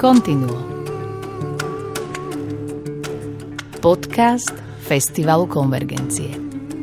Continuo. Podcast Festivalu Konvergencie.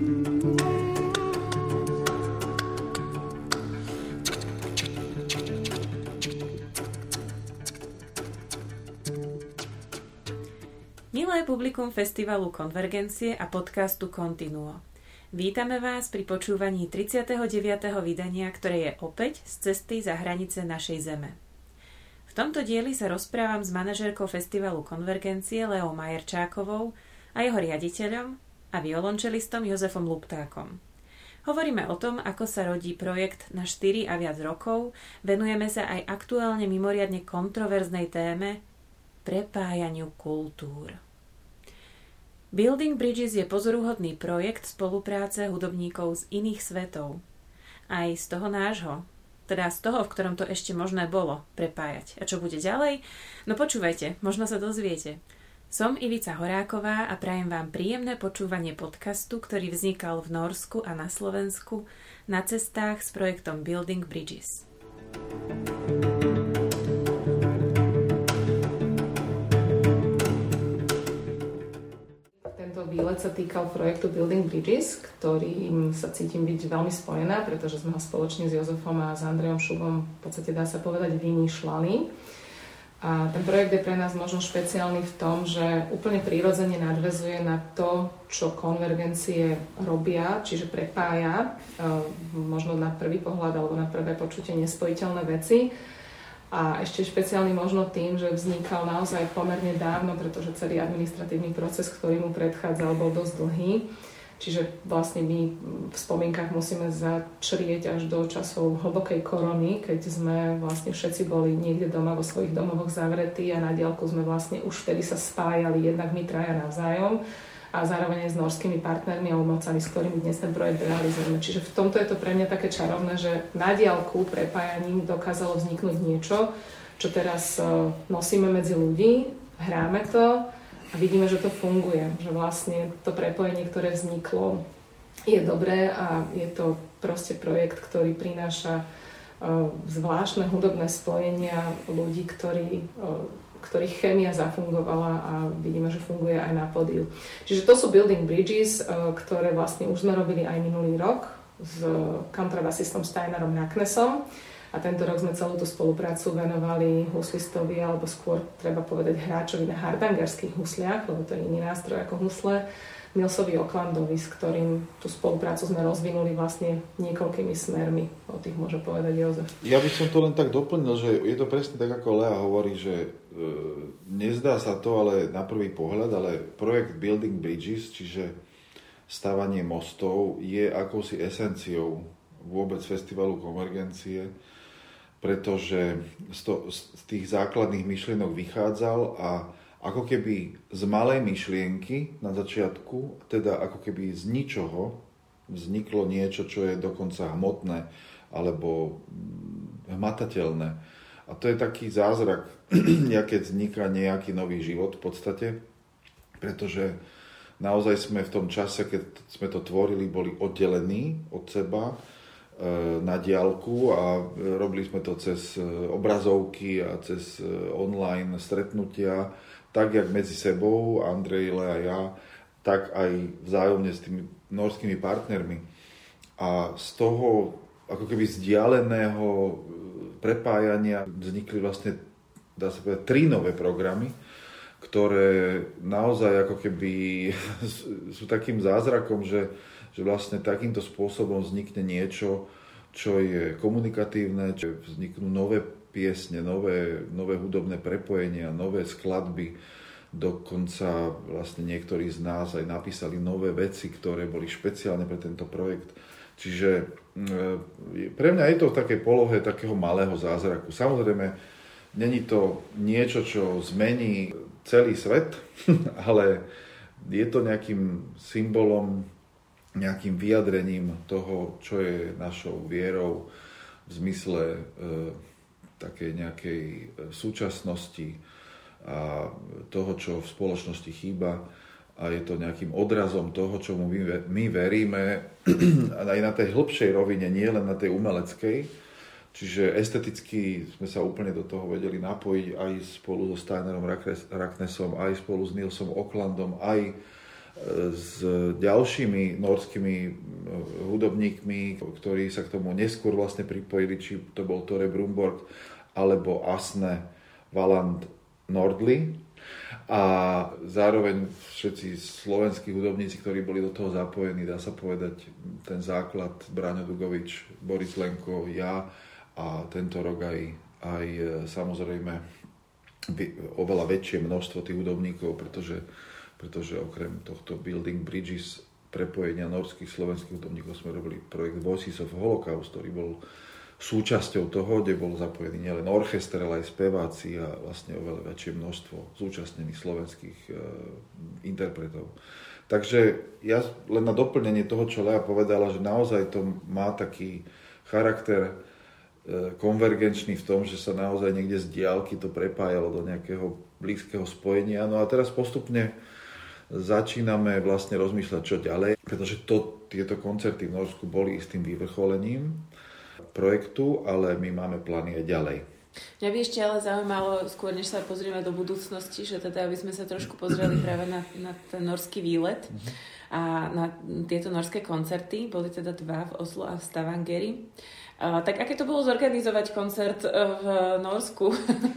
Milé publikum Festivalu Konvergencie a podcastu Continuo. Vítame vás pri počúvaní 39. vydania, ktoré je opäť z cesty za hranice našej zeme. V tomto dieli sa rozprávam s manažérkou Festivalu Konvergencie Leou Majerčákovou a jeho riaditeľom a violončelistom Jozefom Luptákom. Hovoríme o tom, ako sa rodí projekt na 4 a viac rokov, venujeme sa aj aktuálne mimoriadne kontroverznej téme prepájaniu kultúr. Building Bridges je pozoruhodný projekt spolupráce hudobníkov z iných svetov. Aj z toho nášho, teda z toho, v ktorom to ešte možné bolo prepájať. A čo bude ďalej? No počúvajte, možno sa dozviete. Som Ivica Horáková a prajem vám príjemné počúvanie podcastu, ktorý vznikal v Norsku a na Slovensku na cestách s projektom Building Bridges. Výlet sa týkal projektu Building Bridges, ktorým sa cítim byť veľmi spojená, pretože sme ho spoločne s Jozefom a s Andrejom Šubom v podstate dá sa povedať vymýšľali. A ten projekt je pre nás možno špeciálny v tom, že úplne prirodzene nadväzuje na to, čo konvergencie robia, čiže prepája možno na prvý pohľad alebo na prvé počutie nespojiteľné veci. A ešte špeciálny možno tým, že vznikal naozaj pomerne dávno, pretože celý administratívny proces, ktorý mu predchádzal, bol dosť dlhý. Čiže vlastne my v spomienkach musíme začrieť až do časov hlbokej korony, keď sme vlastne všetci boli niekde doma vo svojich domovoch zavretí a na diaľku sme vlastne už vtedy sa spájali jednak my traja navzájom a zároveň aj s norskými partnermi a umelcami, s ktorými dnes ten projekt realizujeme. Čiže v tomto je to pre mňa také čarovné, že na diaľku prepájaním dokázalo vzniknúť niečo, čo teraz nosíme medzi ľudí, hráme to a vidíme, že to funguje. Že vlastne to prepojenie, ktoré vzniklo, je dobré a je to proste projekt, ktorý prináša zvláštne hudobné spojenia ľudí, ktorých chémia zafungovala a vidíme, že funguje aj na pódiu. Čiže to sú Building Bridges, ktoré vlastne už sme robili aj minulý rok s kontrabasistom Steinerom Naknesom a tento rok sme celú tú spoluprácu venovali huslistovi, alebo skôr treba povedať hráčovi na hardangerských husliach, lebo to je iný nástroj ako husle, Nilsovi Oaklandovi, s ktorým tú spoluprácu sme rozvinuli vlastne niekoľkými smermi. O tých môže povedať Jozef. Ja by som to len tak doplnil, že je to presne tak, ako Lea hovorí, že nezdá sa to ale na prvý pohľad, ale projekt Building Bridges, čiže stavanie mostov, je akousi esenciou vôbec Festivalu Konvergencie, pretože z tých základných myšlienok vychádzal a ako keby z malej myšlienky na začiatku, teda ako keby z ničoho vzniklo niečo, čo je dokonca hmotné alebo hmatateľné. A to je taký zázrak, keď vzniká nejaký nový život v podstate, pretože naozaj sme v tom čase, keď sme to tvorili, boli oddelení od seba na diaľku a robili sme to cez obrazovky a cez online stretnutia, tak jak medzi sebou, Andrej, Lea a ja, tak aj vzájomne s tými norskými partnermi. A z toho ako keby vzdialeného prepájania vznikli vlastne, dá sa povedať, 3 nové programy, ktoré naozaj ako keby sú takým zázrakom, že vlastne takýmto spôsobom vznikne niečo, čo je komunikatívne, že vzniknú nové piesne, nové hudobné prepojenia, nové skladby. Dokonca vlastne niektorí z nás aj napísali nové veci, ktoré boli špeciálne pre tento projekt. Čiže pre mňa je to v takej polohe takého malého zázraku. Samozrejme, není to niečo, čo zmení celý svet, ale je to nejakým symbolom, nejakým vyjadrením toho, čo je našou vierou v zmysle takej nejakej súčasnosti a toho, čo v spoločnosti chýba, a je to nejakým odrazom toho, čomu my veríme aj na tej hĺbšej rovine, nie len na tej umeleckej, Čiže esteticky sme sa úplne do toho vedeli napojiť aj spolu so Steinerom Raknesom, aj spolu s Nilsom Ocklandom, aj s ďalšími norskými hudobníkmi, ktorí sa k tomu neskôr vlastne pripojili, či to bol Tore Brumborg alebo Asne Valand Nordli. A zároveň všetci slovenskí hudobníci, ktorí boli do toho zapojení, dá sa povedať, ten základ Braňo Dugovič, Boris Lenko, ja a tento rok aj samozrejme oveľa väčšie množstvo tých hudobníkov, pretože okrem tohto Building Bridges prepojenia norských slovenských hudobníkov sme robili projekt Voices of Holocaust, ktorý bol súčasťou toho, kde bol zapojený nielen orchester, ale aj speváci a vlastne oveľa väčšie množstvo zúčastnených slovenských interpretov. Takže ja len na doplnenie toho, čo Lea povedala, že naozaj to má taký charakter konvergenčný v tom, že sa naozaj niekde z diaľky to prepájalo do nejakého blízkeho spojenia. No a teraz postupne začíname vlastne rozmýšľať, čo ďalej, pretože tieto koncerty v Norsku boli istým vyvrcholením projektu, ale my máme plány aj ďalej. Mňa by ešte ale zaujímalo, skôr než sa pozrieme do budúcnosti, že teda aby sme sa trošku pozreli práve na ten norský výlet a na tieto norské koncerty. Boli teda 2 v Oslo a v Stavangeri. Tak aké to bolo zorganizovať koncert v Norsku?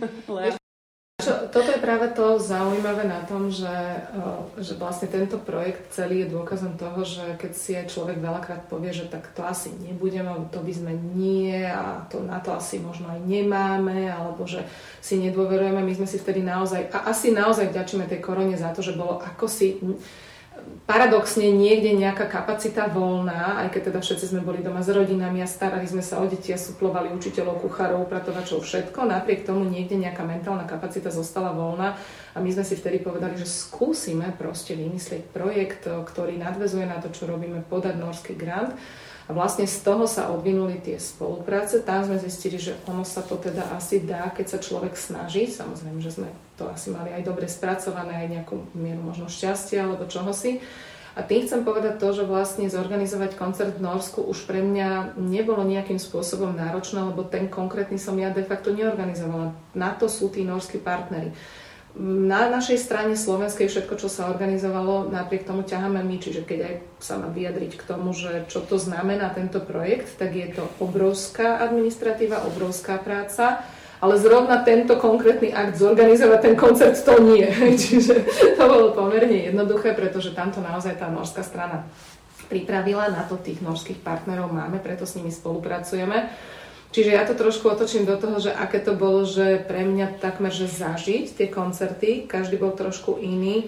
Toto je práve to zaujímavé na tom, že vlastne tento projekt celý je dôkazom toho, že keď si aj človek veľakrát povie, že tak to asi nebudeme, to by sme nie a na to asi možno aj nemáme, alebo že si nedôverujeme, my sme si vtedy naozaj, a asi naozaj vďačíme tej korone za to, že bolo akosi paradoxne niekde nejaká kapacita voľná, aj keď teda všetci sme boli doma s rodinami a starali sme sa o deti a suplovali učiteľov, kuchárov, upratovačov, všetko. Napriek tomu niekde nejaká mentálna kapacita zostala voľná a my sme si vtedy povedali, že skúsime proste vymyslieť projekt, ktorý nadväzuje na to, čo robíme, podať norský grant. A vlastne z toho sa odvinuli tie spolupráce. Tam sme zistili, že ono sa to teda asi dá, keď sa človek snaží. Samozrejme, že sme to asi mali aj dobre spracované, aj nejakú mieru možno šťastia alebo čohosi. A tým chcem povedať to, že vlastne zorganizovať koncert v Norsku už pre mňa nebolo nejakým spôsobom náročné, lebo ten konkrétny som ja de facto neorganizovala. Na to sú tí norskí partneri. Na našej strane slovenskej všetko, čo sa organizovalo, napriek tomu ťaháme my, čiže keď aj sa mám vyjadriť k tomu, že čo to znamená tento projekt, tak je to obrovská administratíva, obrovská práca, ale zrovna tento konkrétny akt zorganizovať ten koncert to nie. Čiže to bolo pomerne jednoduché, pretože tamto naozaj tá norská strana pripravila, na to tých norských partnerov máme, preto s nimi spolupracujeme. Čiže ja to trošku otočím do toho, že aké to bolo, že pre mňa takmer, že zažiť tie koncerty, každý bol trošku iný.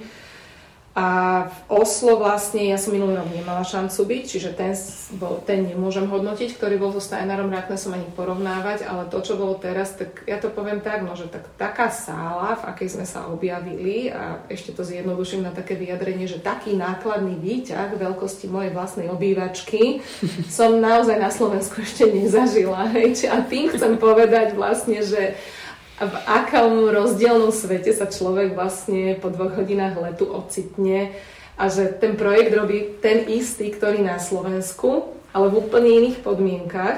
A v Oslo vlastne, ja som minulý rok nemala šancu byť, čiže ten nemôžem hodnotiť, ktorý bol so Steinerom Raknesom ani porovnávať, ale to, čo bolo teraz, tak ja to poviem tak, no, že taká sála, v akej sme sa objavili, a ešte to zjednoduším na také vyjadrenie, že taký nákladný výťah veľkosti mojej vlastnej obývačky som naozaj na Slovensku ešte nezažila. Hej. A tým chcem povedať vlastne, že v akom rozdielnom svete sa človek vlastne po 2 hodinách letu ocitne a že ten projekt robí ten istý, ktorý na Slovensku, ale v úplne iných podmienkach.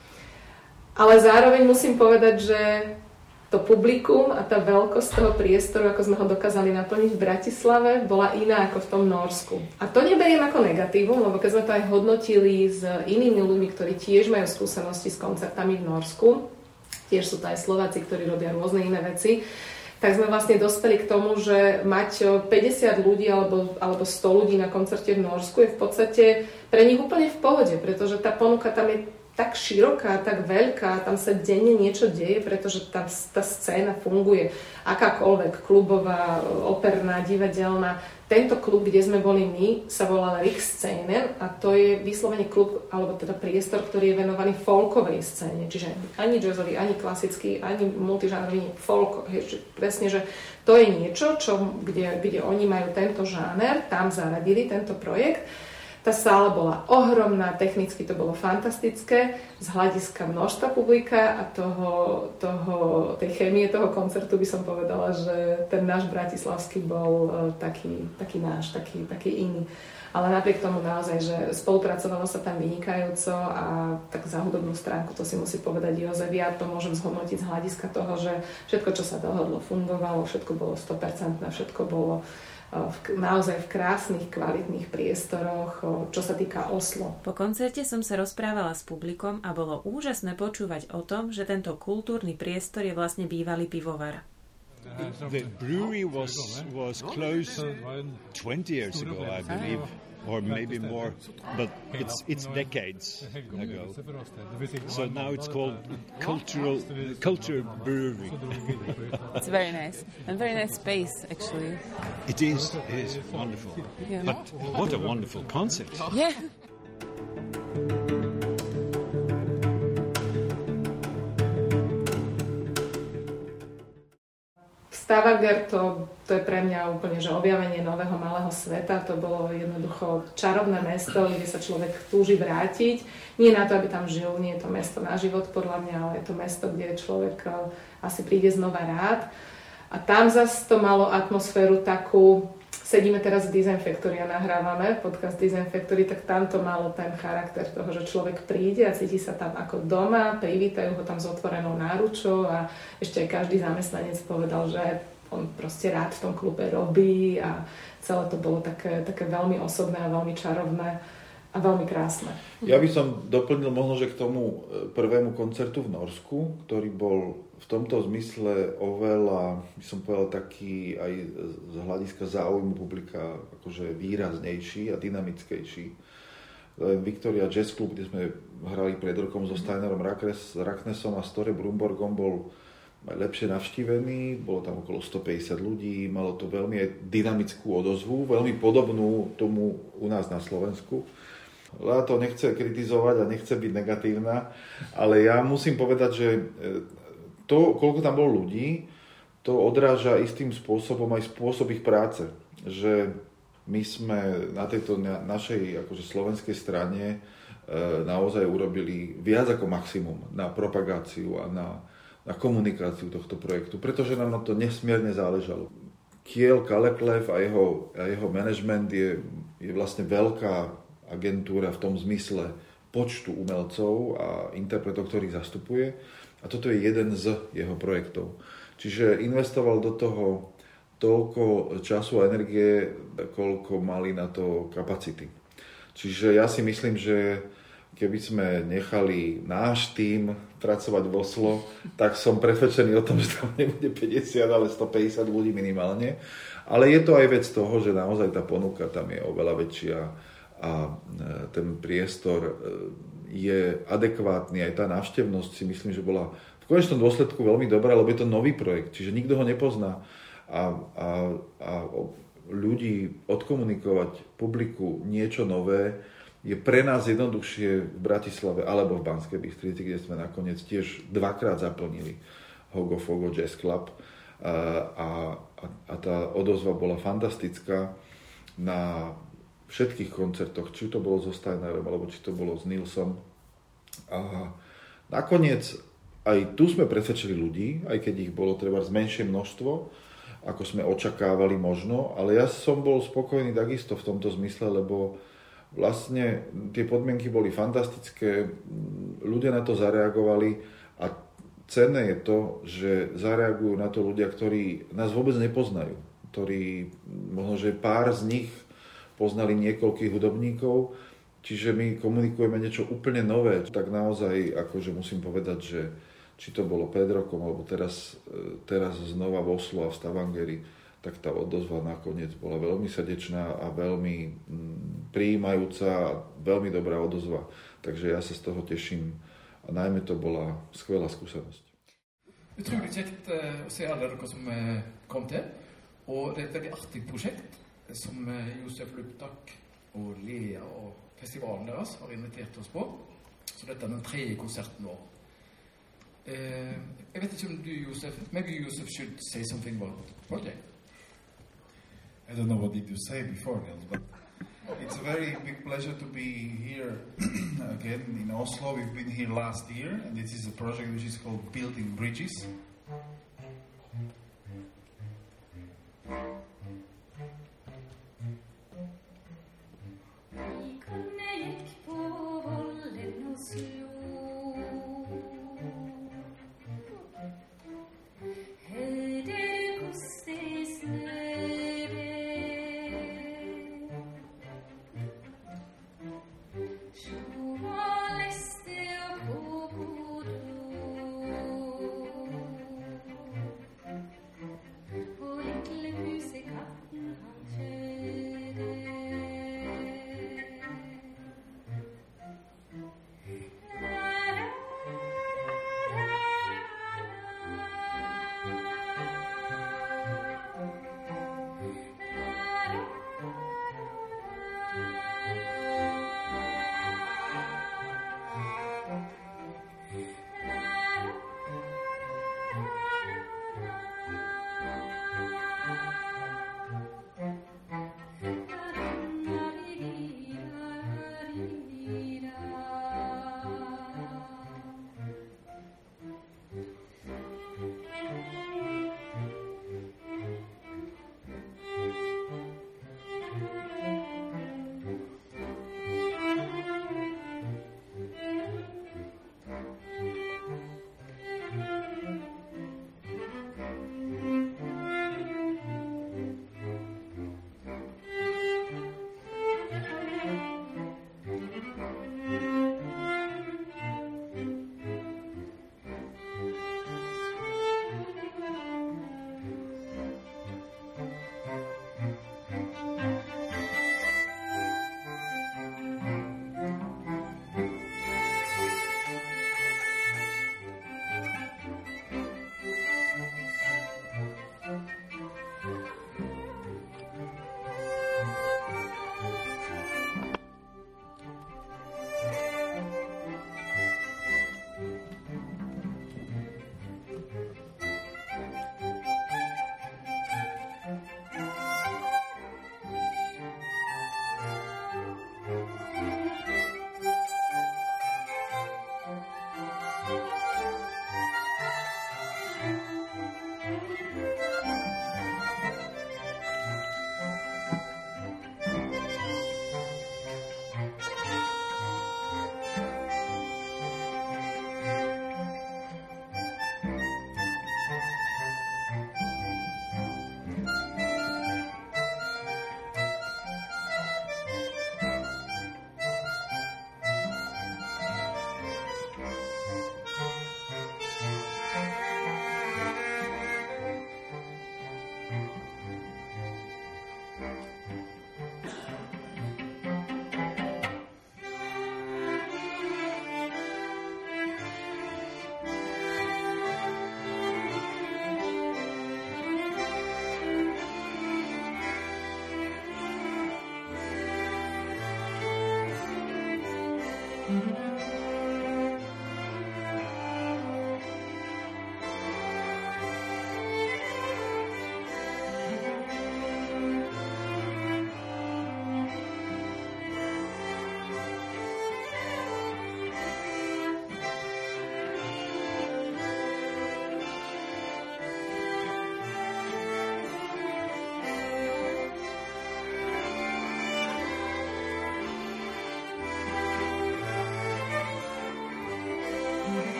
Ale zároveň musím povedať, že to publikum a tá veľkosť toho priestoru, ako sme ho dokázali naplniť v Bratislave, bola iná ako v tom Norsku. A to neberiem ako negatívum, lebo keď sme to aj hodnotili s inými ľuďmi, ktorí tiež majú skúsenosti s koncertami v Norsku, tiež sú to aj Slováci, ktorí robia rôzne iné veci, tak sme vlastne dospeli k tomu, že mať 50 ľudí alebo 100 ľudí na koncerte v Norsku je v podstate pre nich úplne v pohode, pretože tá ponuka tam je tak široká, tak veľká, tam sa denne niečo deje, pretože tá scéna funguje akákoľvek, klubová, operná, divadelná. Tento klub, kde sme boli my, sa volal Riksscenen a to je vyslovene klub, alebo teda priestor, ktorý je venovaný folkovej scéne. Čiže ani jazzový, ani klasický, ani multižánrový, folk. Presne, že to je niečo, kde oni majú tento žáner, tam zaradili tento projekt. Tá sála bola ohromná, technicky to bolo fantastické, z hľadiska množstva publika a tej chémie toho koncertu by som povedala, že ten náš bratislavský bol taký náš, taký iný. Ale napriek tomu naozaj, že spolupracovalo sa tam vynikajúco a tak za hudobnú stránku to si musí povedať Jozef. Ja to môžem zhodnotiť z hľadiska toho, že všetko, čo sa dohodlo, fungovalo, všetko bolo 100%, všetko bolo naozaj v krásnych, kvalitných priestoroch, čo sa týka Oslo. Po koncerte som sa rozprávala s publikom a bolo úžasné počúvať o tom, že tento kultúrny priestor je vlastne bývalý pivovar. The brewery was closed 20 years ago, I believe, or maybe more, but it's decades ago. So now it's called Culture Brewery. It's very nice, and very nice space, actually. It is wonderful. Yeah. But what a wonderful concert. Yeah. Stavanger to je pre mňa úplne že objavenie nového malého sveta. To bolo jednoducho čarovné mesto, kde sa človek túži vrátiť. Nie na to, aby tam žil, nie je to mesto na život podľa mňa, ale je to mesto, kde človek asi príde znova rád. A tam zase to malo atmosféru takú, sedíme teraz v Design Factory a nahrávame podcast Design Factory, tak tam to malo ten charakter toho, že človek príde a cíti sa tam ako doma, privítajú ho tam s otvorenou náručou a ešte aj každý zamestnanec povedal, že on proste rád v tom klube robí a celé to bolo také veľmi osobné a veľmi čarovné a veľmi krásne. Ja by som doplnil možno, že k tomu prvému koncertu v Norsku, ktorý bol v tomto zmysle oveľa, by som povedal, taký aj z hľadiska záujmu publika akože výraznejší a dynamickejší. Victoria Jazz Club, kde sme hrali pred rokom so Steinerom Raknesom a Store Brumborgom, bol lepšie navštívený, bolo tam okolo 150 ľudí, malo to veľmi aj dynamickú odozvu, veľmi podobnú tomu u nás na Slovensku. Ja to nechce kritizovať a nechce byť negatívna, ale ja musím povedať, že to, koľko tam bolo ľudí, to odráža istým spôsobom aj spôsob ich práce. Že my sme na tejto našej akože slovenskej strane naozaj urobili viac ako maximum na propagáciu a na komunikáciu tohto projektu, pretože nám na to nesmierne záležalo. Kiel Kaleklev a jeho management je vlastne veľká agentúra v tom zmysle počtu umelcov a interpretov, ktorých zastupuje. A toto je jeden z jeho projektov. Čiže investoval do toho toľko času a energie, koľko mali na to kapacity. Čiže ja si myslím, že keby sme nechali náš tím pracovať v Oslo, tak som presvedčený o tom, že tam nebude 50, ale 150 ľudí minimálne. Ale je to aj vec toho, že naozaj tá ponuka tam je oveľa väčšia a ten priestor je adekvátny. Aj tá návštevnosť si myslím, že bola v konečnom dôsledku veľmi dobrá, lebo je to nový projekt, čiže nikto ho nepozná. A ľudí odkomunikovať publiku niečo nové je pre nás jednoduchšie v Bratislave alebo v Banskej Bystrici, kde sme nakoniec tiež dvakrát zaplnili Hogo Fogo Jazz Club a tá odozva bola fantastická na všetkých koncertoch, či to bolo so Steinerom alebo či to bolo s Nilsom. A nakoniec aj tu sme presvedčili ľudí, aj keď ich bolo treba zmenšie množstvo, ako sme očakávali možno, ale ja som bol spokojný takisto v tomto zmysle, lebo vlastne tie podmienky boli fantastické, ľudia na to zareagovali a cenné je to, že zareagujú na to ľudia, ktorí nás vôbec nepoznajú, ktorí možno, že pár z nich poznali niekoľkých hudobníkov, čiže my komunikujeme niečo úplne nové. Tak naozaj, akože musím povedať, že či to bolo pred rokom, alebo teraz znova v Oslo a v Stavangeri, tak tá odozva nakoniec bola veľmi srdečná a veľmi prijímajúca a veľmi dobrá odozva. Takže ja sa z toho teším a najmä to bola skvelá skúsenosť. Utrolig kjekt å se alle dere som kom til, og det er et veldig artig prosjekt som Josef Luptak og Lea og festivalen deres har invitert oss på. Så dette er den tredje konserten vår. Jeg vet ikke om du, Josef, maybe Josef should say something about the project. I don't know what did you say before, Nils, but It's a very big pleasure to be here again in Oslo. We've been here last year, and this is a project which is called Building Bridges.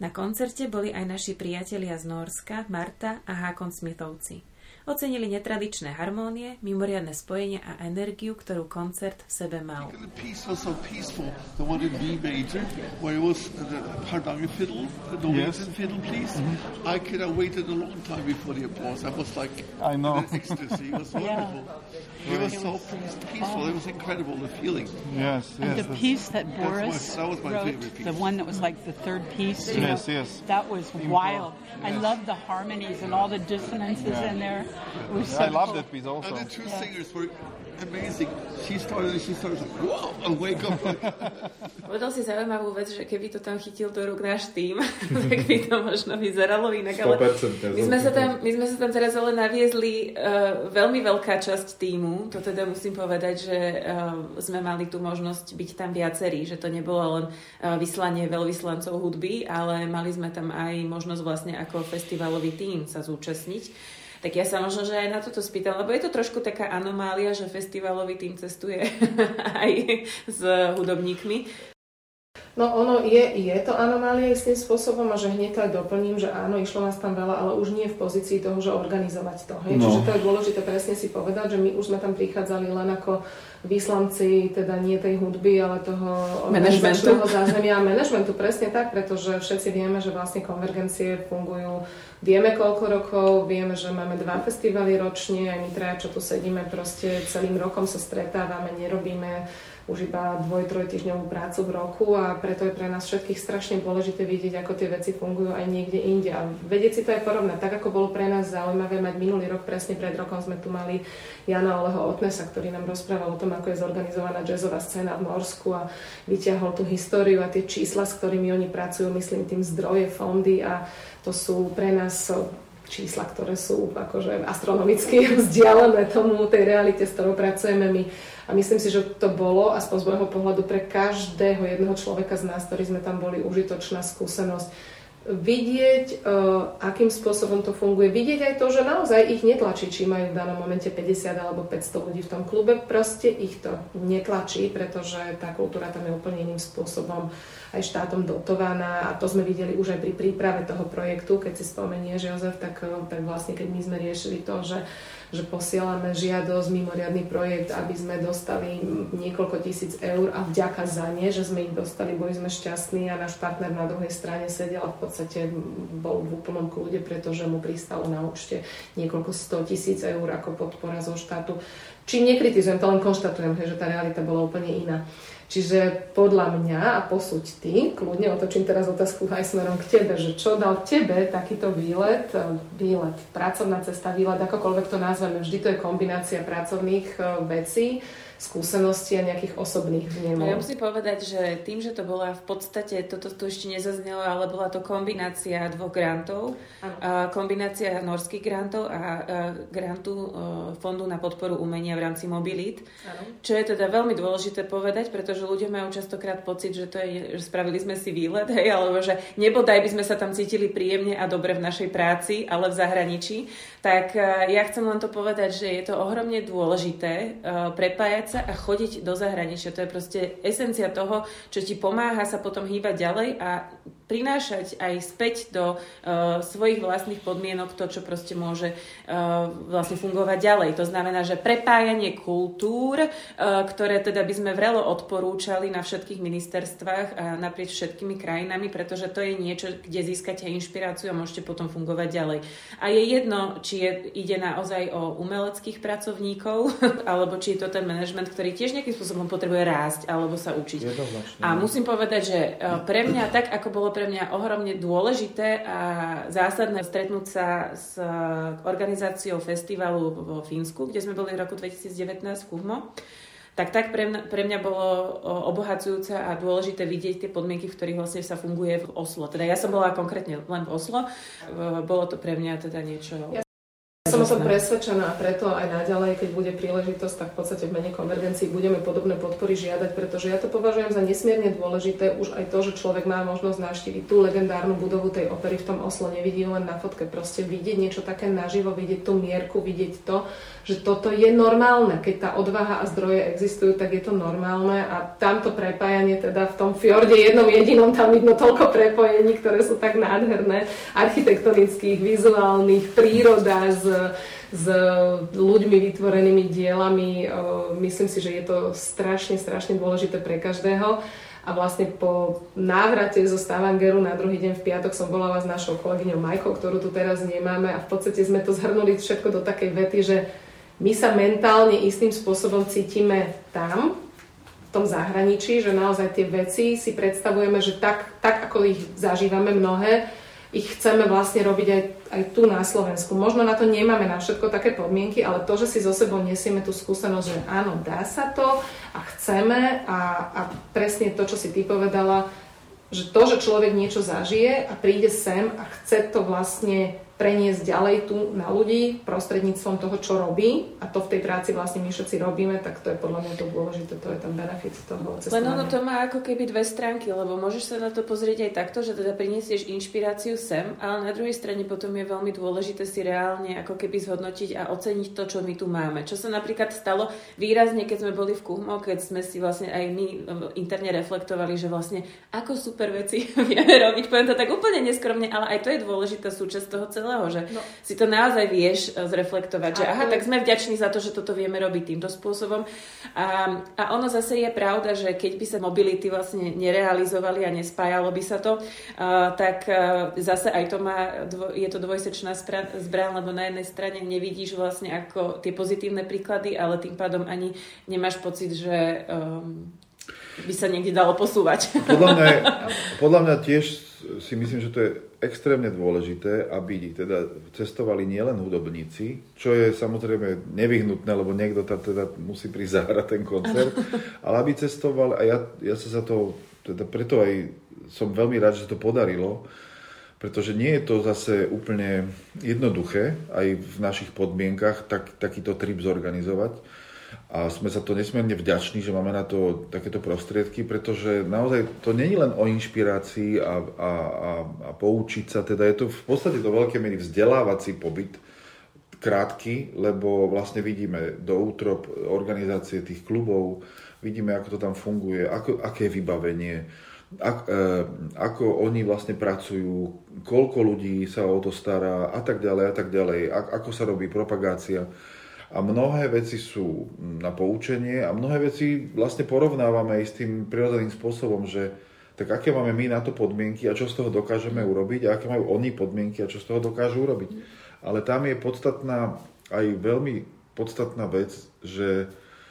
Na koncerte boli aj naši priatelia z Nórska, Marta a Hákon Smithovci. Ocenili netradičné harmónie, mimoriadne spojenie a energiu, ktorú koncert v sebe mal. The piece was so peaceful, the one in B major, where it was the Hardanger fiddle, the Norwegian fiddle piece. Mm-hmm. I could have waited a long time before the applause. I was like, I know. Ecstasy. It was wonderful. It was so peaceful. It was incredible, the feeling. Yes. And the piece that Boris that was my wrote, favorite piece. the one that was like the third piece. Yes. That was wild. Yes. I loved the harmonies and all the dissonances in there. It was so I love cool. that piece also. And the two singers were amazing. She started like, whoa, and wake up. Povedal si zaujímavú vec, že keby to tam chytil do rúk náš tým, tak by to možno vyzeralo inak. 100%. My sme sa tam teraz ale naviezli veľmi veľká časť tímu. To teda musím povedať, že sme mali tú možnosť byť tam viacerí, že to nebolo len vyslanie veľvyslancov hudby, ale mali sme tam aj možnosť vlastne ako festivalový tím sa zúčastniť. Tak ja sa možno, že aj na toto spýtam, lebo je to trošku taká anomália, že festivalový tím cestuje aj s hudobníkmi. No ono je to anomália istým spôsobom a že hneď to aj doplním, že áno, išlo nás tam veľa, ale už nie v pozícii toho, že organizovať to. Hej? No. Čiže to je dôležité presne si povedať, že my už sme tam prichádzali len ako vyslanci, teda nie tej hudby, ale toho organizačného zázemia a manažmentu. Presne tak, pretože všetci vieme, že vlastne konvergencie fungujú. Vieme koľko rokov, vieme, že máme 2 festivaly ročne, aj my traja, čo tu sedíme, proste celým rokom sa stretávame, nerobíme už iba 2-3 týždňovú prácu v roku a preto je pre nás všetkých strašne dôležité vidieť, ako tie veci fungujú aj niekde inde. A vedieť si to aj porovnať. Tak, ako bolo pre nás zaujímavé mať minulý rok, presne pred rokom sme tu mali Jana Oleho Otnesa, ktorý nám rozprával o tom, ako je zorganizovaná jazzová scéna v Norsku a vyťahol tú históriu a tie čísla, s ktorými oni pracujú, myslím tým zdroje, fondy a to sú pre nás čísla, ktoré sú akože astronomicky vzdialené tomu, tej realite, s ktorou pracujeme my. A myslím si, že to bolo, aspoň z môjho pohľadu, pre každého jedného človeka z nás, ktorí sme tam boli, užitočná skúsenosť. Vidieť, akým spôsobom to funguje. Vidieť aj to, že naozaj ich netlačí, či majú v danom momente 50 alebo 500 ľudí v tom klube. Proste ich to netlačí, pretože tá kultúra tam je úplne iným spôsobom aj štátom dotovaná a to sme videli už aj pri príprave toho projektu. Keď si spomenieš, Jozef, tak vlastne keď my sme riešili to, že posielame žiadosť, mimoriadny projekt, aby sme dostali niekoľko tisíc eur a vďaka za ne, že sme ich dostali, boli sme šťastní a náš partner na druhej strane sedel a v podstate bol v úplnom kľude, pretože mu pristalo na účte niekoľko 100 000 eur ako podpora zo štátu. Čím nekritizujem, to len konštatujem, že tá realita bola úplne iná. Čiže podľa mňa, a posúď ty, kľudne otočím teraz otázku aj smerom k tebe, že čo dal tebe takýto výlet, pracovná cesta, výlet, akokoľvek to nazveme, vždy to je kombinácia pracovných vecí, skúseností a nejakých osobných vnemov. Ja musím povedať, že tým, že to bola v podstate, toto tu ešte nezaznelo, ale bola to kombinácia 2 grantov, kombinácia norských grantov a grantu Fondu na podporu umenia v rámci Mobilít, čo je teda veľmi dôležité povedať, pretože ľudia majú častokrát pocit, že to je, že spravili sme si výlet, hej, alebo že nebodaj by sme sa tam cítili príjemne a dobre v našej práci, ale v zahraničí. Tak ja chcem len to povedať, že je to ohromne dôležité prepájať sa a chodiť do zahraničia. To je proste esencia toho, čo ti pomáha sa potom hýbať ďalej a prinášať aj späť do svojich vlastných podmienok to, čo proste môže vlastne fungovať ďalej. To znamená, že prepájanie kultúr, ktoré teda by sme vrelo odporúčali na všetkých ministerstvách a naprieč všetkými krajinami, pretože to je niečo, kde získate inšpiráciu a môžete potom fungovať ďalej. A je jedno, či ide naozaj o umeleckých pracovníkov, alebo či je to ten manažment, ktorý tiež nejakým spôsobom potrebuje rásť alebo sa učiť. A musím povedať, že pre mňa, tak ako bolo pre mňa ohromne dôležité a zásadné stretnúť sa s organizáciou festivalu vo Fínsku, kde sme boli v roku 2019 v Kuhmo, tak pre mňa bolo obohacujúce a dôležité vidieť tie podmienky, v ktorých vlastne sa funguje v Oslo. Teda ja som bola konkrétne len v Oslo. Bolo to pre mňa teda niečo... som o tom presvedčená a preto aj naďalej, keď bude príležitosť, tak v podstate v mene Konvergencii budeme podobné podpory žiadať, pretože ja to považujem za nesmierne dôležité, už aj to, že človek má možnosť navštíviť tú legendárnu budovu tej opery v tom Oslo, nevidí len na fotke, proste vidieť niečo také naživo, vidieť tú mierku, vidieť to, že toto je normálne. Keď tá odvaha a zdroje existujú, tak je to normálne a tamto prepájanie teda v tom fjorde jednom jedinom, tam vidno toľko prepojení, ktoré sú tak nádherné, architektonických, vizuálnych, príroda s ľuďmi vytvorenými dielami. Myslím si, že je to strašne dôležité pre každého. A vlastne po návrate zo Stavangeru na druhý deň v piatok som bola s našou kolegyňou Majkou, ktorú tu teraz nemáme a v podstate sme to zhrnuli všetko do takej vety, že my sa mentálne istým spôsobom cítime tam, v tom zahraničí, že naozaj tie veci si predstavujeme, že tak ako ich zažívame mnohé, ich chceme vlastne robiť aj tu na Slovensku. Možno na to nemáme na všetko také podmienky, ale to, že si so sebou nesieme tú skúsenosť, že áno, dá sa to a chceme a presne to, čo si ty povedala, že to, že človek niečo zažije a príde sem a chce to vlastne preniesť ďalej tu na ľudí prostredníctvom toho, čo robí a to v tej práci vlastne my všetci robíme, tak to je podľa mňa to dôležité, to je ten benefit toho cestovania. Len ono to má ako keby dve stránky, lebo môžeš sa na to pozrieť aj takto, že teda priniesieš inšpiráciu sem, ale na druhej strane potom je veľmi dôležité si reálne ako keby zhodnotiť a oceniť to, čo my tu máme. Čo sa napríklad stalo výrazne, keď sme boli v Kuhmo, keď sme si vlastne aj my interne reflektovali, že vlastne ako super veci vieme robiť, poviem to tak úplne neskromne, ale aj to je dôležitá súčasť toho celého, že si to naozaj vieš zreflektovať, že aha, tak sme vďační za to, že toto vieme robiť týmto spôsobom. A ono zase je pravda, že keď by sa mobility vlastne nerealizovali a nespájalo by sa to, tak zase aj to je to dvojsečná zbraň, lebo na jednej strane nevidíš vlastne ako tie pozitívne príklady, ale tým pádom ani nemáš pocit, že by sa niekde dalo posúvať. Podľa mňa tiež si myslím, že to je extrémne dôležité, aby teda cestovali nielen hudobníci, čo je samozrejme nevyhnutné, lebo niekto tam teda musí prísť zahrať ten koncert, ale aby cestovali, a ja sa za to, teda preto aj som veľmi rád, že to podarilo, pretože nie je to zase úplne jednoduché aj v našich podmienkach takýto trip zorganizovať. A sme za to nesmierne vďační, že máme na to takéto prostriedky, pretože naozaj to nie je len o inšpirácii a poučiť sa, teda je to v podstate do veľkej miery vzdelávací pobyt, krátky, lebo vlastne vidíme do útrob organizácie tých klubov, vidíme, ako to tam funguje, aké je vybavenie, ako oni vlastne pracujú, koľko ľudí sa o to stará a tak ďalej, ako sa robí propagácia. A mnohé veci sú na poučenie a mnohé veci vlastne porovnávame aj s tým prirodzeným spôsobom, že tak aké máme my na to podmienky a čo z toho dokážeme urobiť a aké majú oni podmienky a čo z toho dokážu urobiť. Ale tam je podstatná, aj veľmi podstatná vec, že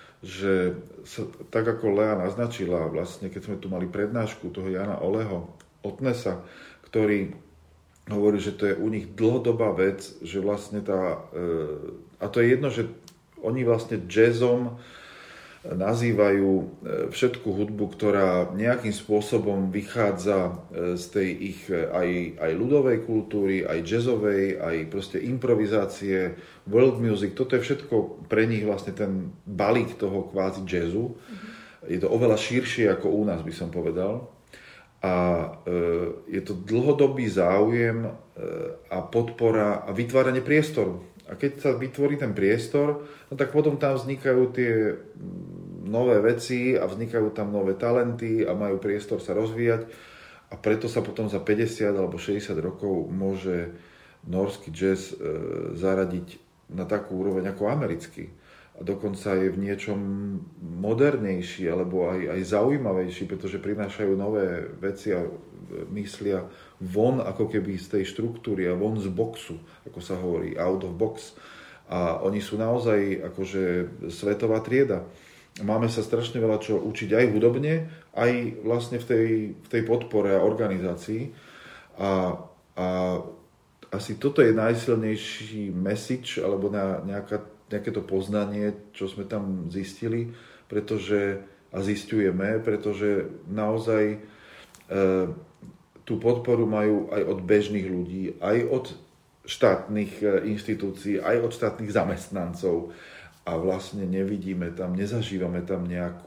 tak ako Lea naznačila, vlastne keď sme tu mali prednášku toho Jana Oleho Otnesa, ktorý hovorí, že to je u nich dlhodobá vec, že vlastne a to je jedno, že oni vlastne jazzom nazývajú všetku hudbu, ktorá nejakým spôsobom vychádza z tej ich aj ľudovej kultúry, aj jazzovej, aj proste improvizácie, world music. Toto je všetko pre nich vlastne ten balík toho kvázi jazzu. Je to oveľa širšie ako u nás, by som povedal. A je to dlhodobý záujem a podpora a vytváranie priestoru. A keď sa vytvorí ten priestor, no tak potom tam vznikajú tie nové veci a vznikajú tam nové talenty a majú priestor sa rozvíjať. A preto sa potom za 50 alebo 60 rokov môže norský jazz zaradiť na takú úroveň ako americký. A dokonca je v niečom modernejší alebo aj zaujímavejší, pretože prinášajú nové veci a myslia von ako keby z tej štruktúry a von z boxu, ako sa hovorí, out of box. A oni sú naozaj akože svetová trieda. Máme sa strašne veľa čo učiť aj hudobne, aj vlastne v tej podpore a organizácii. A asi toto je najsilnejší message alebo nejaké to poznanie, čo sme tam zistili, zisťujeme, pretože naozaj tú podporu majú aj od bežných ľudí, aj od štátnych inštitúcií, aj od štátnych zamestnancov a vlastne nevidíme tam, nezažívame tam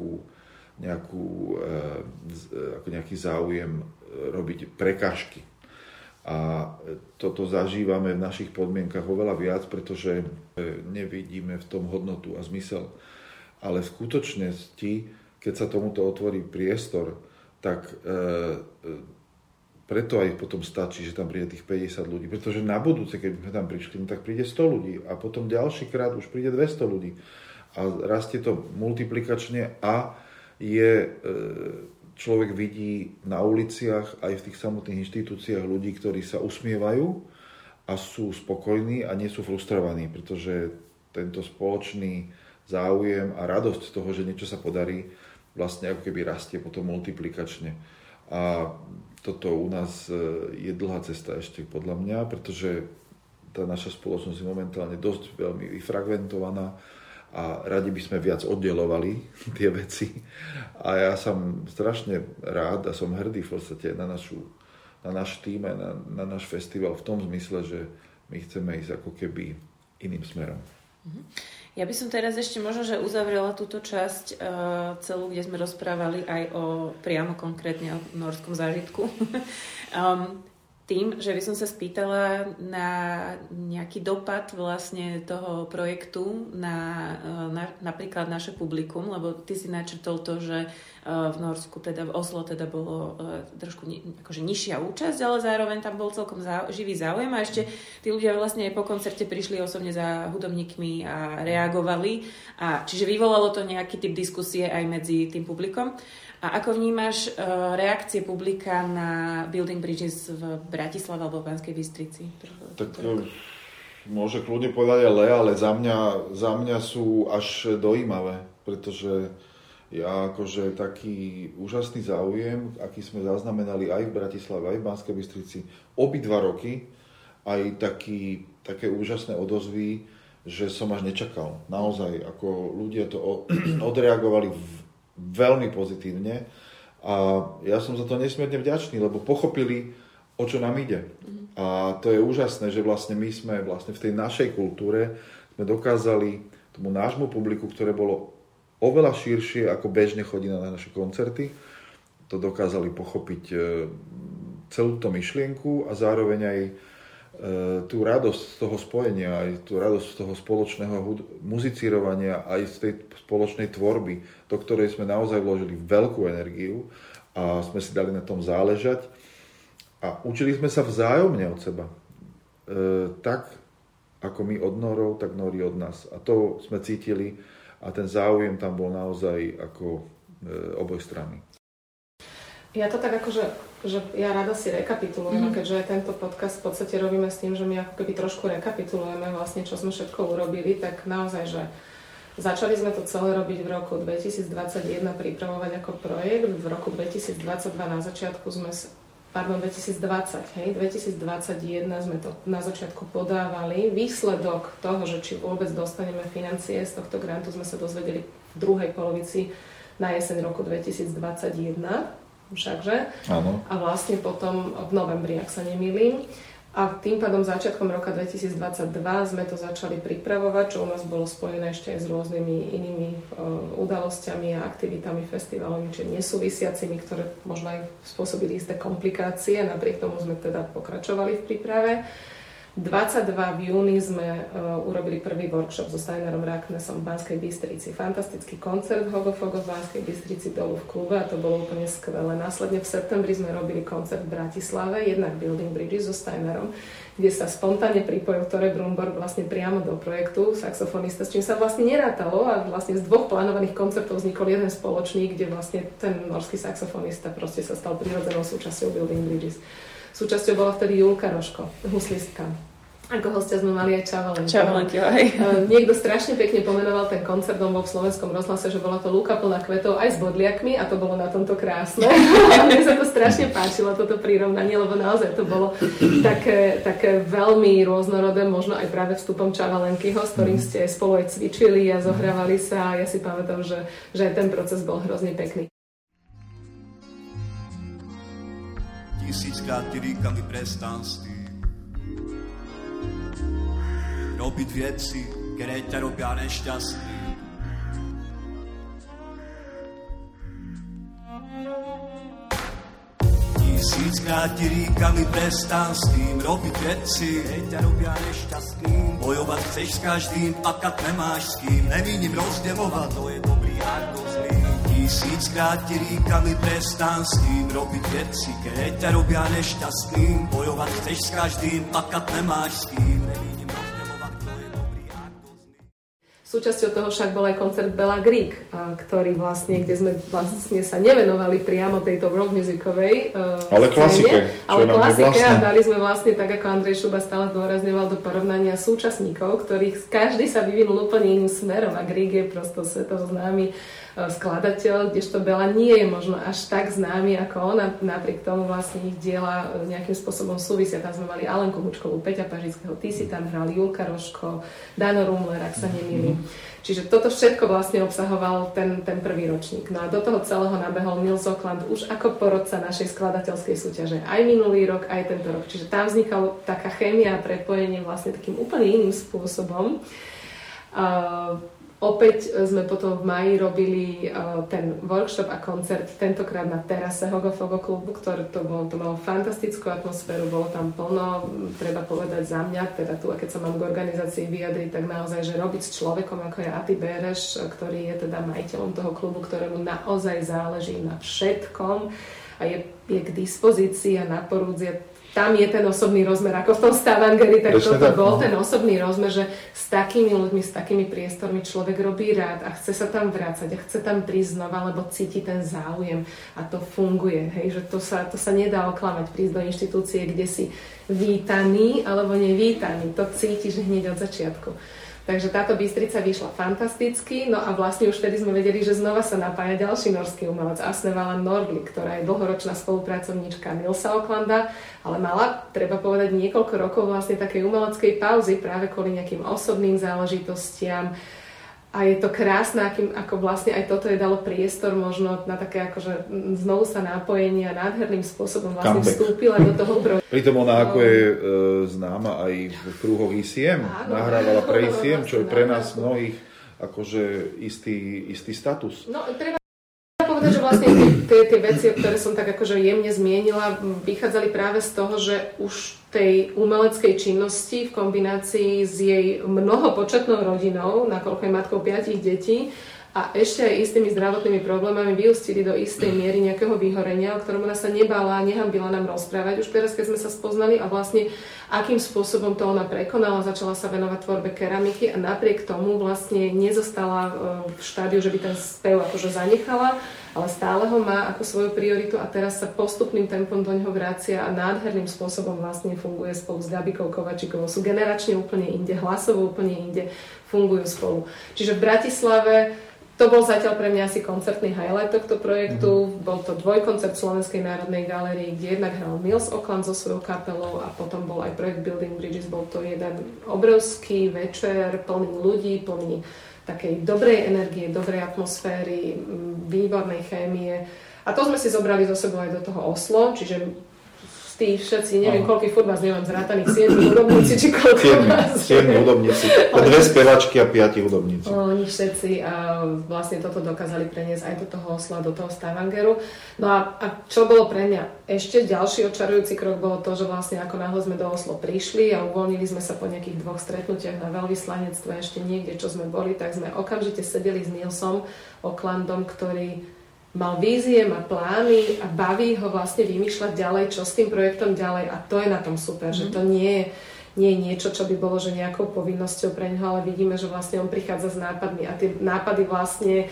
nejaký záujem robiť prekažky. A toto zažívame v našich podmienkach oveľa viac, pretože nevidíme v tom hodnotu a zmysel. Ale v skutočnosti, keď sa tomuto otvorí priestor, tak preto aj potom stačí, že tam príde tých 50 ľudí. Pretože na budúce, keď sme tam prišli, tak príde 100 ľudí a potom ďalší krát už príde 200 ľudí. A rastie to multiplikačne a človek vidí na uliciach aj v tých samotných inštitúciách ľudí, ktorí sa usmievajú a sú spokojní a nie sú frustrovaní, pretože tento spoločný záujem a radosť z toho, že niečo sa podarí, vlastne ako keby rastie potom multiplikačne. A toto u nás je dlhá cesta ešte podľa mňa, pretože tá naša spoločnosť je momentálne dosť veľmi vyfragmentovaná a radi by sme viac oddelovali tie veci. A ja som strašne rád a som hrdý v podstate na náš tým a na náš festival v tom zmysle, že my chceme ísť ako keby iným smerom. Ja by som teraz ešte možno, že uzavrela túto časť celú, kde sme rozprávali aj priamo konkrétne o norskom zážitku. Tým, že by som sa spýtala na nejaký dopad vlastne toho projektu na napríklad naše publikum, lebo ty si načrtol to, že v Norsku, teda v Oslo, teda bolo trošku akože nižšia účasť, ale zároveň tam bol celkom živý záujem a ešte tí ľudia vlastne aj po koncerte prišli osobne za hudobníkmi a reagovali. A čiže vyvolalo to nejaký typ diskusie aj medzi tým publikom. A ako vnímaš reakcie publika na Building Bridges v Bratislave alebo v Banskej Bystrici? Tak môže kľudne povedať ale za mňa sú až dojímavé, pretože ja akože taký úžasný záujem, aký sme zaznamenali aj v Bratislave, aj v Banskej Bystrici, obidva roky, aj také úžasné odozvy, že som až nečakal. Naozaj, ako ľudia to odreagovali veľmi pozitívne a ja som za to nesmierne vďačný, lebo pochopili, o čo nám ide. A to je úžasné, že vlastne my sme vlastne v tej našej kultúre sme dokázali tomu nášmu publiku, ktoré bolo oveľa širšie, ako bežne chodí na naše koncerty, to dokázali pochopiť celú tú myšlienku a zároveň aj tú radosť z toho spojenia, aj tú radosť z toho spoločného muzicírovania, aj z tej spoločnej tvorby, do ktorej sme naozaj vložili veľkú energiu a sme si dali na tom záležať. A učili sme sa vzájomne od seba. Tak ako my od Norov, tak Nóri od nás. A to sme cítili a ten záujem tam bol naozaj ako obojstranný. Ja to tak akože, že ja rada si rekapitulujem, keďže tento podcast v podstate robíme s tým, že my ako keby trošku rekapitulujeme vlastne, čo sme všetko urobili, tak naozaj, že začali sme to celé robiť v roku 2021, pripravovať ako projekt, v roku 2022 na začiatku 2020, hej, 2021 sme to na začiatku podávali. Výsledok toho, že či vôbec dostaneme financie z tohto grantu, sme sa dozvedeli v druhej polovici na jeseň roku 2021. Všakže. Áno. A vlastne potom v novembri, ak sa nemýlim. A tým pádom začiatkom roka 2022 sme to začali pripravovať, čo u nás bolo spojené ešte aj s rôznymi inými udalosťami a aktivitami festivalami, či nesúvisiacimi, ktoré možno aj spôsobili isté komplikácie. Napriek tomu sme teda pokračovali v príprave. 22 v júni sme urobili prvý workshop so Steinerom Raknesom v Banskej Bystrici. Fantastický koncert Hogofogo v Banskej Bystrici dolu v klube a to bolo úplne skvelé. Následne v septembri sme robili koncert v Bratislave, jednak Building Bridges so Steinerom, kde sa spontánne pripojil Tore Brunborg vlastne priamo do projektu, saxofonista, s čím sa vlastne nerátalo a vlastne z dvoch plánovaných koncertov vznikol jeden spoločný, kde vlastne ten norský saxofonista proste sa stal prirodzenou súčasťou Building Bridges. Súčasťou bola vtedy Julka Roško, huslistka. Ako hostia sme mali aj Čavalenky. Niekto strašne pekne pomenoval ten koncert, on bol v Slovenskom rozhlase, že bola to lúka plná kvetov aj s bodliakmi a to bolo na tomto krásne. Mne sa to strašne páčilo, toto prirovnanie, lebo naozaj to bolo také veľmi rôznorodé, možno aj práve vstupom Čavalenkyho, s ktorým ste spolu aj cvičili a zohrávali sa a ja si pamätám, že aj ten proces bol hrozne pekný. Tisíckrát ty říkám, vyprestan s tým, robiť veci, ktoré ťa robia nešťastný. Tisíckrát ti říkali prestan s tým robiť veci, ktoré ťa robia nešťastným. Bojovať chceš s každým, pakat nemáš s kým, nevínim rozdeľovať, to je dobrý ako zlý. Tisíckrát ti říkali prestan s tým robiť veci, ktoré ťa robia nešťastným. Bojovať chceš s každým, pakat nemáš s kým, nevínim rozdeľovať, to je dobrý ako zlý. Súčasťou toho však bol aj koncert Bella Greek, ktorý vlastne, kde sme vlastne sa nevenovali priamo tejto world musikovej ale klasike, ale klasike a dali sme vlastne, tak ako Andrej Šuba stále zdôrazňoval, do porovnania súčasníkov, ktorých každý sa vyvinul úplne iným smerom a Greek je prosto svetovo známy skladateľ, kdežto Bella nie je možno až tak známy ako ona, napriek tomu vlastne ich diela nejakým spôsobom súvisia. Tam sme mali Alenku Hučkovú, Peťa Pažického, ty si tam hral, Julka Rožko, Dano Rumler, ak sa nemýlim. Čiže toto všetko vlastne obsahoval ten prvý ročník. No a do toho celého nabehol Nils Okland už ako porodca našej skladateľskej súťaže. Aj minulý rok, aj tento rok. Čiže tam vznikala taká chémia a prepojenie vlastne takým úplne iným spôsobom. Opäť sme potom v máji robili ten workshop a koncert tentokrát na terase Hogofogo klubu, ktoré to malo fantastickú atmosféru, bolo tam plno, treba povedať za mňa, teda tu, a keď sa mám k organizácii vyjadriť, tak naozaj, že robiť s človekom ako je Ati Béreš, ktorý je teda majiteľom toho klubu, ktorému naozaj záleží na všetkom a je k dispozícii a na porúdzie. Tam je ten osobný rozmer, ako v tom Stavangeri, tak toto bol ten osobný rozmer, že s takými ľuďmi, s takými priestormi človek robí rád a chce sa tam vrácať a chce tam prísť znova, lebo cíti ten záujem a to funguje, hej, že to sa nedá oklamať, prísť do inštitúcie, kde si vítaný alebo nevítaný, to cítiš hneď od začiatku. Takže táto Bystrica vyšla fantasticky, no a vlastne už vtedy sme vedeli, že znova sa napája ďalší norský umelec Asnevala Nordli, ktorá je dlhoročná spolupracovníčka Nilsa Oklanda, ale mala, treba povedať, niekoľko rokov vlastne takej umeleckej pauzy práve kvôli nejakým osobným záležitostiam. A je to krásne, ako vlastne aj toto je dalo priestor možno na také akože znovu sa nápojenie a nádherným spôsobom vlastne vstúpila do toho projektu. Pritom ona ako je známa aj v krúhoch ICM, nahrávala pre ICM, čo je pre nás mnohých akože istý status. No, treba povedať, že vlastne tie veci, ktoré som tak akože jemne zmienila, vychádzali práve z toho, že už tej umeleckej činnosti v kombinácii s jej mnohopočetnou rodinou, nakoľko je matkou 5 detí, a ešte aj istými zdravotnými problémami vyústili do istej miery nejakého vyhorenia, o ktorom ona sa nebála a nehambila nám rozprávať. Už teraz, keď sme sa spoznali a vlastne akým spôsobom to ona prekonala, začala sa venovať tvorbe keramiky a napriek tomu vlastne nezostala v štádiu, že by ten spev akože zanechala, ale stále ho má ako svoju prioritu a teraz sa postupným tempom do neho vracia a nádherným spôsobom vlastne funguje spolu s Gabikou Kovačikovou. Sú generačne úplne inde, hlasovo úplne inde, fungujú spolu. Čiže v Bratislave to bol zatiaľ pre mňa asi koncertný highlight tohto projektu. Bol to dvojkoncert Slovenskej národnej galérii, kde jednak hral Nils Okland so svojou kapelou a potom bol aj projekt Building Bridges. Bol to jeden obrovský večer plný ľudí, plný takej dobrej energie, dobrej atmosféry, výbornej chémie. A to sme si zobrali zo sebou aj do toho Oslo, čiže tí všetci, neviem, koľký furt vás nemám zrátaných, 7 hudobníci, či koľko vás. 7 hudobníci, 2 spevačky a 5 hudobníci. Oni všetci vlastne toto dokázali preniesť aj do toho Osla, do toho Stavangeru. No a čo bolo pre mňa ešte ďalší očarujúci krok, bolo to, že vlastne ako náhle sme do Oslo prišli a uvoľnili sme sa po nejakých 2 stretnutiach na veľvyslanectve ešte niekde, čo sme boli, tak sme okamžite sedeli s Nilsom Oklandom, ktorý mal vízie, má plány a baví ho vlastne vymýšľať ďalej, čo s tým projektom ďalej a to je na tom super, že to nie je niečo, čo by bolo že nejakou povinnosťou pre neho, ale vidíme, že vlastne on prichádza s nápadmi a tie nápady vlastne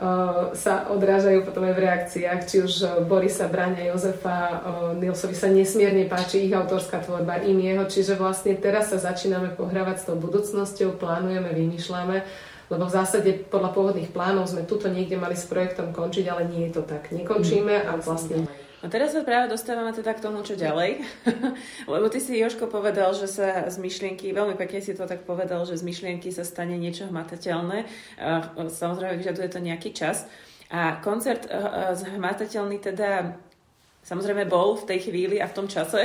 sa odrážajú potom aj v reakciách, či už Borisa, Braňa, Jozefa, Nilsovi sa nesmierne páči ich autorská tvorba, im jeho, čiže vlastne teraz sa začíname pohrávať s tou budúcnosťou, plánujeme, vymýšľame. Lebo v zásade podľa pôvodných plánov sme tuto niekde mali s projektom končiť, ale nie je to tak. Nekončíme a vlastne... A teraz sa práve dostávame teda k tomu, čo ďalej. Lebo ty si, Jožko, povedal, že sa z myšlienky, veľmi pekne si to tak povedal, že z myšlienky sa stane niečo hmatateľné. Samozrejme, vyžaduje to nejaký čas. A koncert hmatateľný teda samozrejme bol v tej chvíli a v tom čase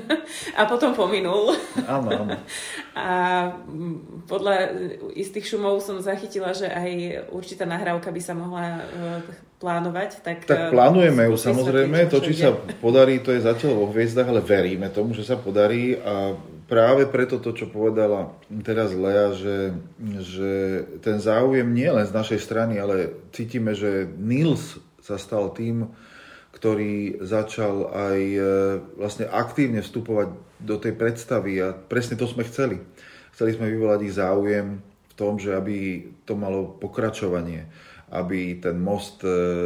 a potom pominul. Áno. A podľa istých šumov som zachytila, že aj určitá nahrávka by sa mohla plánovať. Tak plánujeme ju samozrejme. To, či sa podarí, to je zatiaľ vo hviezdach, ale veríme tomu, že sa podarí. A práve preto to, čo povedala teraz Lea, že ten záujem nie len z našej strany, ale cítime, že Nils sa stal tým, ktorý začal aj vlastne aktívne vstupovať do tej predstavy a presne to sme chceli. Chceli sme vyvolať ich záujem v tom, že aby to malo pokračovanie, aby ten most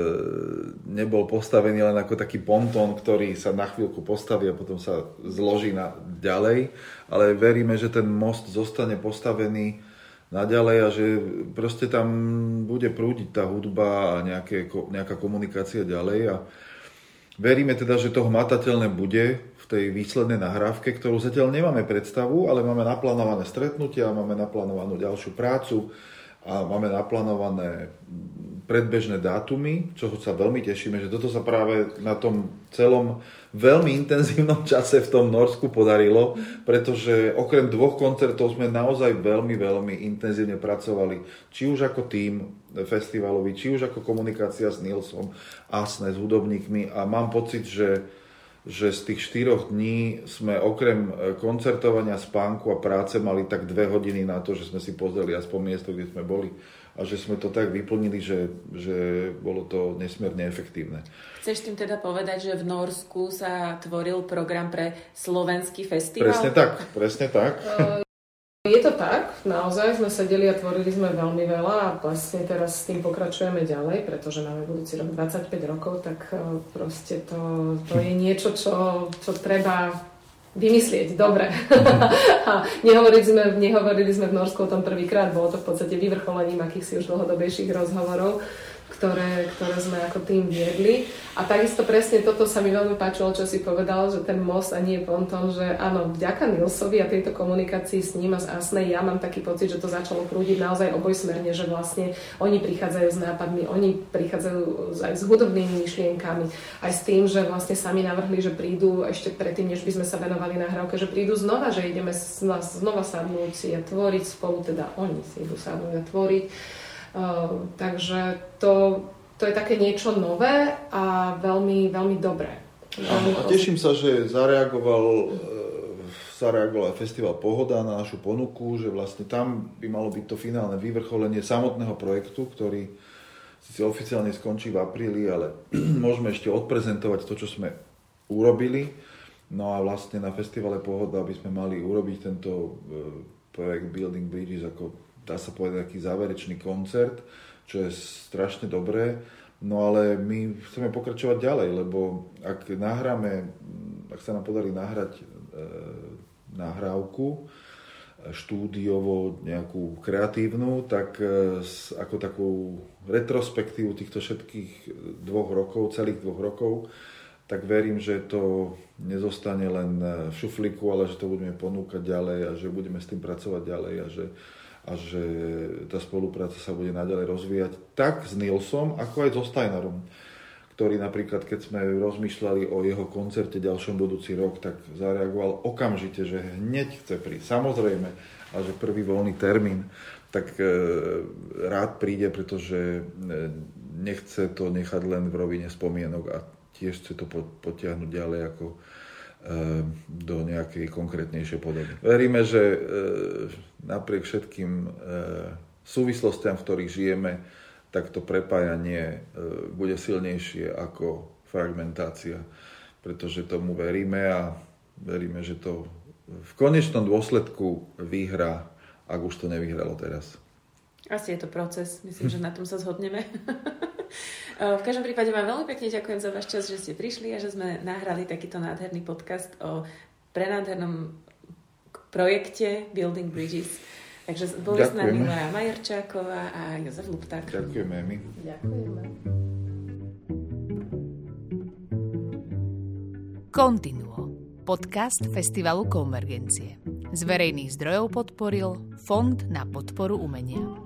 nebol postavený len ako taký pontón, ktorý sa na chvíľku postaví a potom sa zloží ďalej, ale veríme, že ten most zostane postavený naďalej a že proste tam bude prúdiť tá hudba a nejaká komunikácia ďalej a veríme teda, že to hmatateľné bude v tej výslednej nahrávke, ktorú zatiaľ nemáme predstavu, ale máme naplánované stretnutia, máme naplánovanú ďalšiu prácu a máme naplánované predbežné dátumy, čo sa veľmi tešíme, že toto sa práve na tom celom veľmi intenzívnom čase v tom Norsku podarilo, pretože okrem 2 koncertov sme naozaj veľmi, veľmi intenzívne pracovali, či už ako tím festivalový, či už ako komunikácia s Nilsom a s hudobníkmi a mám pocit, že z tých 4 dní sme okrem koncertovania, spánku a práce mali tak 2 hodiny na to, že sme si pozreli aspoň miesto, kde sme boli a že sme to tak vyplnili, že bolo to nesmierne efektívne. Chceš tým teda povedať, že v Norsku sa tvoril program pre slovenský festival? Presne tak. Je to tak, naozaj sme sedeli a tvorili sme veľmi veľa a vlastne teraz s tým pokračujeme ďalej, pretože máme budúci rok 25 rokov, tak proste to je niečo, čo treba vymyslieť, dobre. A nehovorili sme v Norsku o tom prvýkrát, bolo to v podstate vyvrcholením akýchsi už dlhodobejších rozhovorov, ktoré sme ako tým viedli. A takisto presne toto sa mi veľmi páčilo, čo si povedal, že ten most a nie pontón, že áno, vďaka Nilsovi a tejto komunikácii s ním a s Asnej, ja mám taký pocit, že to začalo prúdiť naozaj obojsmerne, že vlastne oni prichádzajú s nápadmi, oni prichádzajú aj s hudobnými myšlienkami, aj s tým, že vlastne sami navrhli, že prídu ešte predtým, než by sme sa venovali nahrávke, že prídu znova, že ideme znova sadnúť si a tvoriť spolu, teda oni si idú sadnúť a tvoriť. Takže to je také niečo nové a veľmi, veľmi dobré. A teším sa, že zareagoval festival Pohoda na našu ponuku, že vlastne tam by malo byť to finálne vyvrcholenie samotného projektu, ktorý si oficiálne skončí v apríli, ale môžeme ešte odprezentovať to, čo sme urobili. No a vlastne na festivale Pohoda by sme mali urobiť tento projekt Building Bridges ako dá sa povedať taký záverečný koncert, čo je strašne dobré. No ale my chceme pokračovať ďalej, lebo ak sa nám podarí nahrať nahrávku štúdiovo nejakú kreatívnu, tak ako takú retrospektívu týchto všetkých 2 rokov, celých 2 rokov, tak verím, že to nezostane len v šuflíku, ale že to budeme ponúkať ďalej a že budeme s tým pracovať ďalej a že tá spolupráca sa bude naďalej rozvíjať tak s Nilsom, ako aj so Steinarom, ktorý napríklad, keď sme rozmýšľali o jeho koncerte ďalšom budúci rok, tak zareagoval okamžite, že hneď chce prísť. Samozrejme, a že prvý voľný termín, tak rád príde, pretože nechce to nechať len v rovine spomienok a tiež chce to potiahnuť ďalej ako do nejakej konkrétnejšej podoby. Veríme, že napriek všetkým súvislostiam, v ktorých žijeme, tak to prepájanie bude silnejšie ako fragmentácia, pretože tomu veríme a veríme, že to v konečnom dôsledku vyhrá, ak už to nevyhralo teraz. Asi je to proces, myslím, že na tom sa zhodneme. V každom prípade vám veľmi pekne ďakujem za váš čas, že ste prišli a že sme nahrali takýto nádherný podcast o prenádhernom projekte Building Bridges. Takže boli s nami Lea Majerčáková a Jozef Lupták. Ďakujeme my. Ďakujeme. Continuo. Podcast Festivalu Konvergencie. Z verejných zdrojov podporil Fond na podporu umenia.